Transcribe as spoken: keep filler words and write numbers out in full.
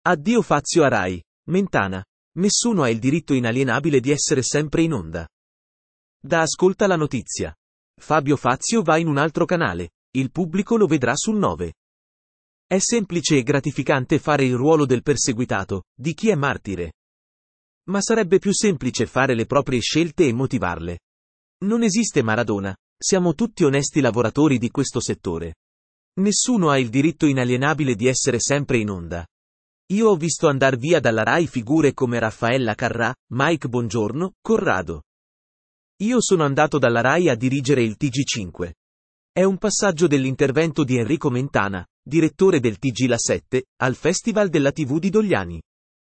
Addio Fazio a Rai. Mentana. Nessuno ha il diritto inalienabile di essere sempre in onda. Da Ascolta la notizia. Fabio Fazio va in un altro canale. Il pubblico lo vedrà sul nove. È semplice e gratificante fare il ruolo del perseguitato, di chi è martire. Ma sarebbe più semplice fare le proprie scelte e motivarle. Non esiste Maradona. Siamo tutti onesti lavoratori di questo settore. Nessuno ha il diritto inalienabile di essere sempre in onda. Io ho visto andar via dalla Rai figure come Raffaella Carrà, Mike Bongiorno, Corrado. Io sono andato dalla Rai a dirigere il T G cinque. È un passaggio dell'intervento di Enrico Mentana, direttore del T G La sette, al Festival della tivù di Dogliani.